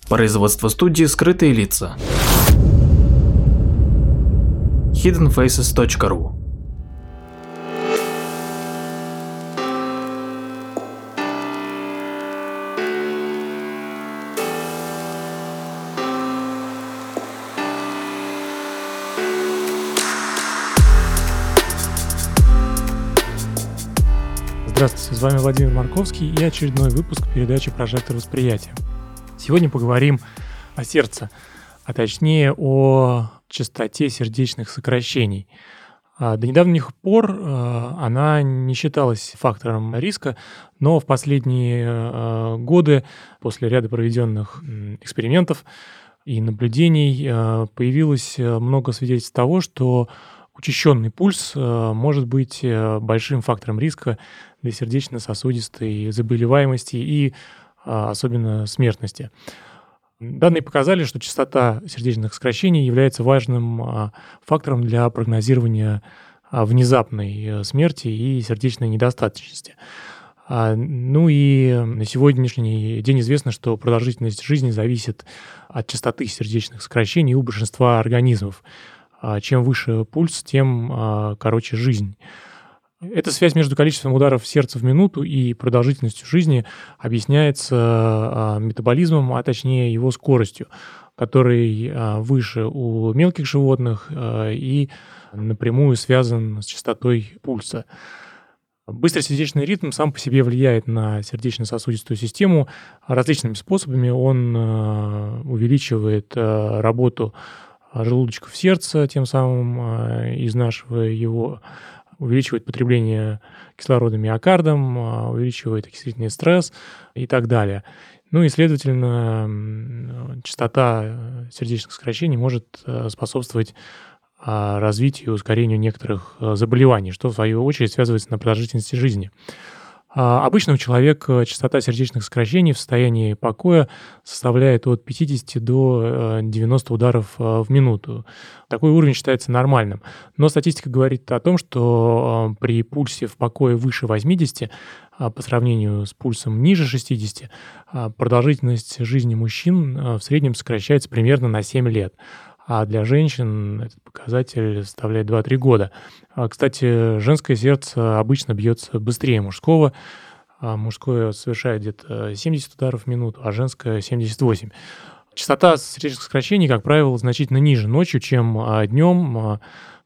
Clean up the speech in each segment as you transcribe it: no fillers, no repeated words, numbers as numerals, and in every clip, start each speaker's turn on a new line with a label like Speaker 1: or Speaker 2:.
Speaker 1: Производство студии «Скрытые лица». hiddenfaces.ru.
Speaker 2: Здравствуйте, с вами Владимир Марковский и очередной выпуск передачи «Прожектор восприятия». Сегодня поговорим о сердце, а точнее о частоте сердечных сокращений. До недавних пор она не считалась фактором риска, но в последние годы, после ряда проведенных экспериментов и наблюдений, появилось много свидетельств того, что учащенный пульс может быть большим фактором риска для сердечно-сосудистой заболеваемости и особенно смертности. Данные показали, что частота сердечных сокращений является важным фактором для прогнозирования внезапной смерти и сердечной недостаточности. Ну и на сегодняшний день известно, что продолжительность жизни зависит от частоты сердечных сокращений у большинства организмов. Чем выше пульс, тем короче жизнь. Эта связь между количеством ударов сердца в минуту и продолжительностью жизни объясняется метаболизмом, а точнее его скоростью, который выше у мелких животных и напрямую связан с частотой пульса. Быстрый сердечный ритм сам по себе влияет на сердечно-сосудистую систему различными способами. Он увеличивает работу желудочков сердца, тем самым изнашивая его, увеличивает потребление кислорода миокардом, увеличивает окислительный стресс и так далее. Ну и, следовательно, частота сердечных сокращений может способствовать развитию и ускорению некоторых заболеваний, что, в свою очередь, связывается на продолжительности жизни. Обычно у человека частота сердечных сокращений в состоянии покоя составляет от 50 до 90 ударов в минуту. Такой уровень считается нормальным. Но статистика говорит о том, что при пульсе в покое выше 80, по сравнению с пульсом ниже 60, продолжительность жизни мужчин в среднем сокращается примерно на 7 лет. А для женщин этот показатель составляет 2-3 года. Кстати, женское сердце обычно бьется быстрее мужского. Мужское совершает где-то 70 ударов в минуту, а женское — 78. Частота сердечных сокращений, как правило, значительно ниже ночью, чем днем.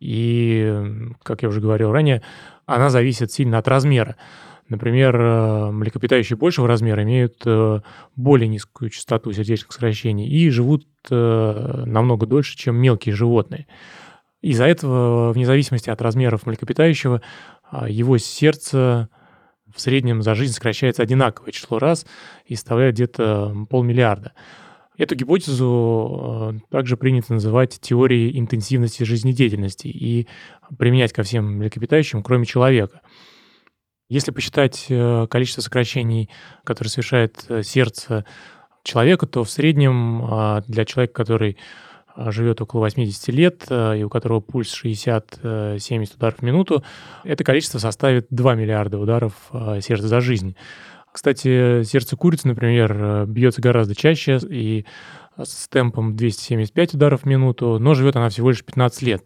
Speaker 2: И, как я уже говорил ранее, она зависит сильно от размера. Например, млекопитающие большего размера имеют более низкую частоту сердечных сокращений и живут намного дольше, чем мелкие животные. Из-за этого, вне зависимости от размеров млекопитающего, его сердце в среднем за жизнь сокращается одинаковое число раз и составляет где-то 500 миллиарда. Эту гипотезу также принято называть теорией интенсивности жизнедеятельности и применять ко всем млекопитающим, кроме человека. Если посчитать количество сокращений, которые совершает сердце человека, то в среднем для человека, который живет около 80 лет и у которого пульс 60-70 ударов в минуту, это количество составит 2 миллиарда ударов сердца за жизнь. Кстати, сердце курицы, например, бьется гораздо чаще и с темпом 275 ударов в минуту, но живет она всего лишь 15 лет.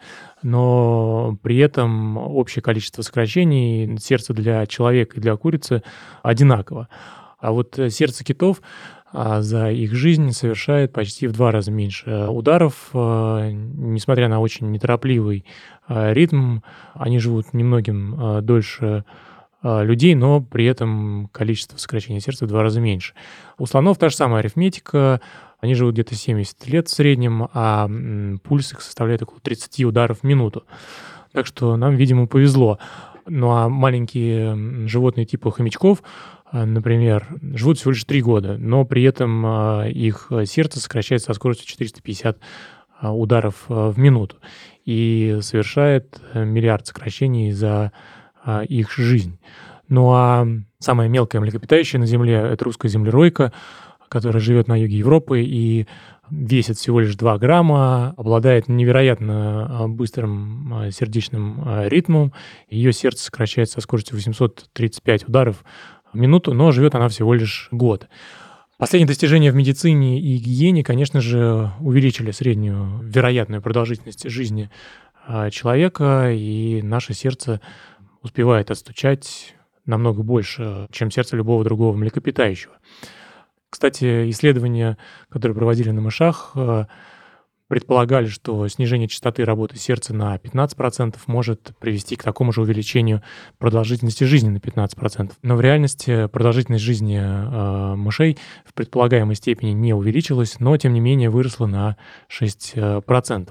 Speaker 2: Но при этом общее количество сокращений сердца для человека и для курицы одинаково. А вот сердце китов за их жизнь совершает почти в 2 раза меньше ударов. Несмотря на очень неторопливый ритм, они живут немногим дольше людей, но при этом количество сокращений сердца в 2 раза меньше. У слонов та же самая арифметика. Они живут где-то 70 лет в среднем, а пульс их составляет около 30 ударов в минуту. Так что нам, видимо, повезло. Ну а маленькие животные типа хомячков, например, живут всего лишь 3 года, но при этом их сердце сокращается со скоростью 450 ударов в минуту и совершает миллиард сокращений за их жизнь. Ну а самое мелкое млекопитающее на Земле — это русская землеройка, которая живет на юге Европы и весит всего лишь 2 грамма, обладает невероятно быстрым сердечным ритмом. Ее сердце сокращается со скоростью 835 ударов в минуту, но живет она всего лишь год. Последние достижения в медицине и гигиене, конечно же, увеличили среднюю вероятную продолжительность жизни человека, и наше сердце успевает отстучать намного больше, чем сердце любого другого млекопитающего. Кстати, исследования, которые проводили на мышах, предполагали, что снижение частоты работы сердца на 15% может привести к такому же увеличению продолжительности жизни на 15%. Но в реальности продолжительность жизни мышей в предполагаемой степени не увеличилась, но тем не менее выросла на 6%.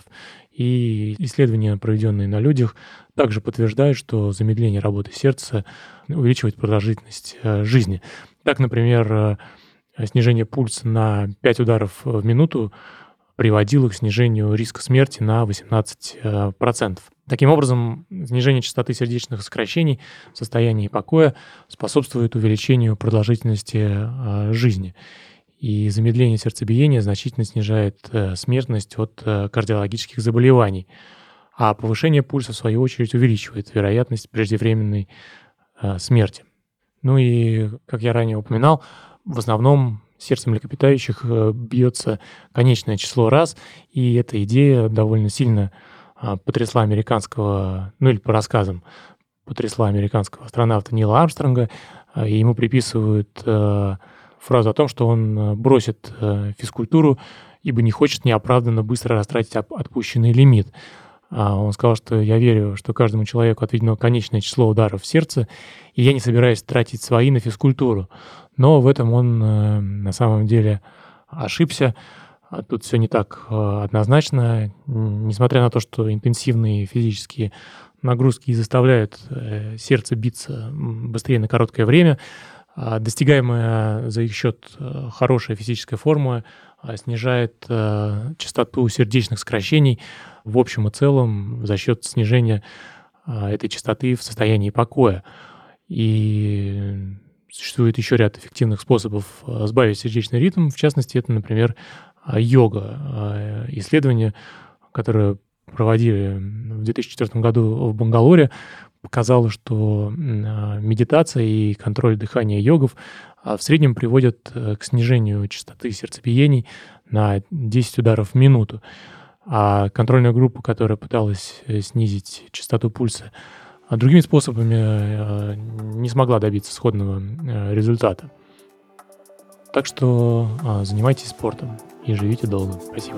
Speaker 2: И исследования, проведенные на людях, также подтверждают, что замедление работы сердца увеличивает продолжительность жизни. Так, например, снижение пульса на 5 ударов в минуту приводило к снижению риска смерти на 18%. Таким образом, снижение частоты сердечных сокращений в состоянии покоя способствует увеличению продолжительности жизни. И замедление сердцебиения значительно снижает смертность от кардиологических заболеваний. А повышение пульса, в свою очередь, увеличивает вероятность преждевременной смерти. Ну и, как я ранее упоминал, в основном сердце млекопитающих бьется конечное число раз, и эта идея довольно сильно потрясла американского, или по рассказам, потрясла американского астронавта Нила Армстронга, и ему приписывают фразу о том, что он бросит физкультуру, ибо не хочет неоправданно быстро растратить отпущенный лимит. Он сказал, что я верю, что каждому человеку отведено конечное число ударов в сердце, и я не собираюсь тратить свои на физкультуру. Но в этом он на самом деле ошибся. Тут все не так однозначно. Несмотря на то, что интенсивные физические нагрузки заставляют сердце биться быстрее на короткое время, достигаемая за их счет хорошая физическая форма снижает частоту сердечных сокращений в общем и целом за счет снижения этой частоты в состоянии покоя. И существует еще ряд эффективных способов сбавить сердечный ритм. В частности, это, например, йога. Исследования, которые проводили в 2004 году в Бангалоре, показало, что медитация и контроль дыхания йогов в среднем приводят к снижению частоты сердцебиений на 10 ударов в минуту. А контрольная группа, которая пыталась снизить частоту пульса другими способами, не смогла добиться сходного результата. Так что занимайтесь спортом и живите долго. Спасибо.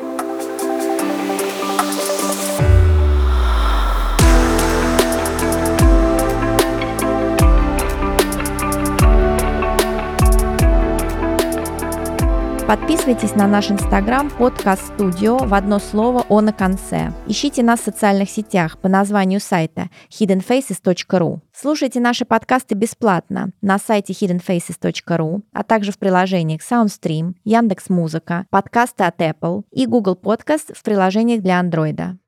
Speaker 3: Подписывайтесь на наш инстаграм «Подкаст Студио» в одно слово «О» на конце. Ищите нас в социальных сетях по названию сайта hiddenfaces.ru. Слушайте наши подкасты бесплатно на сайте hiddenfaces.ru, а также в приложениях SoundStream, Яндекс.Музыка, подкасты от Apple и Google Podcast в приложениях для Android.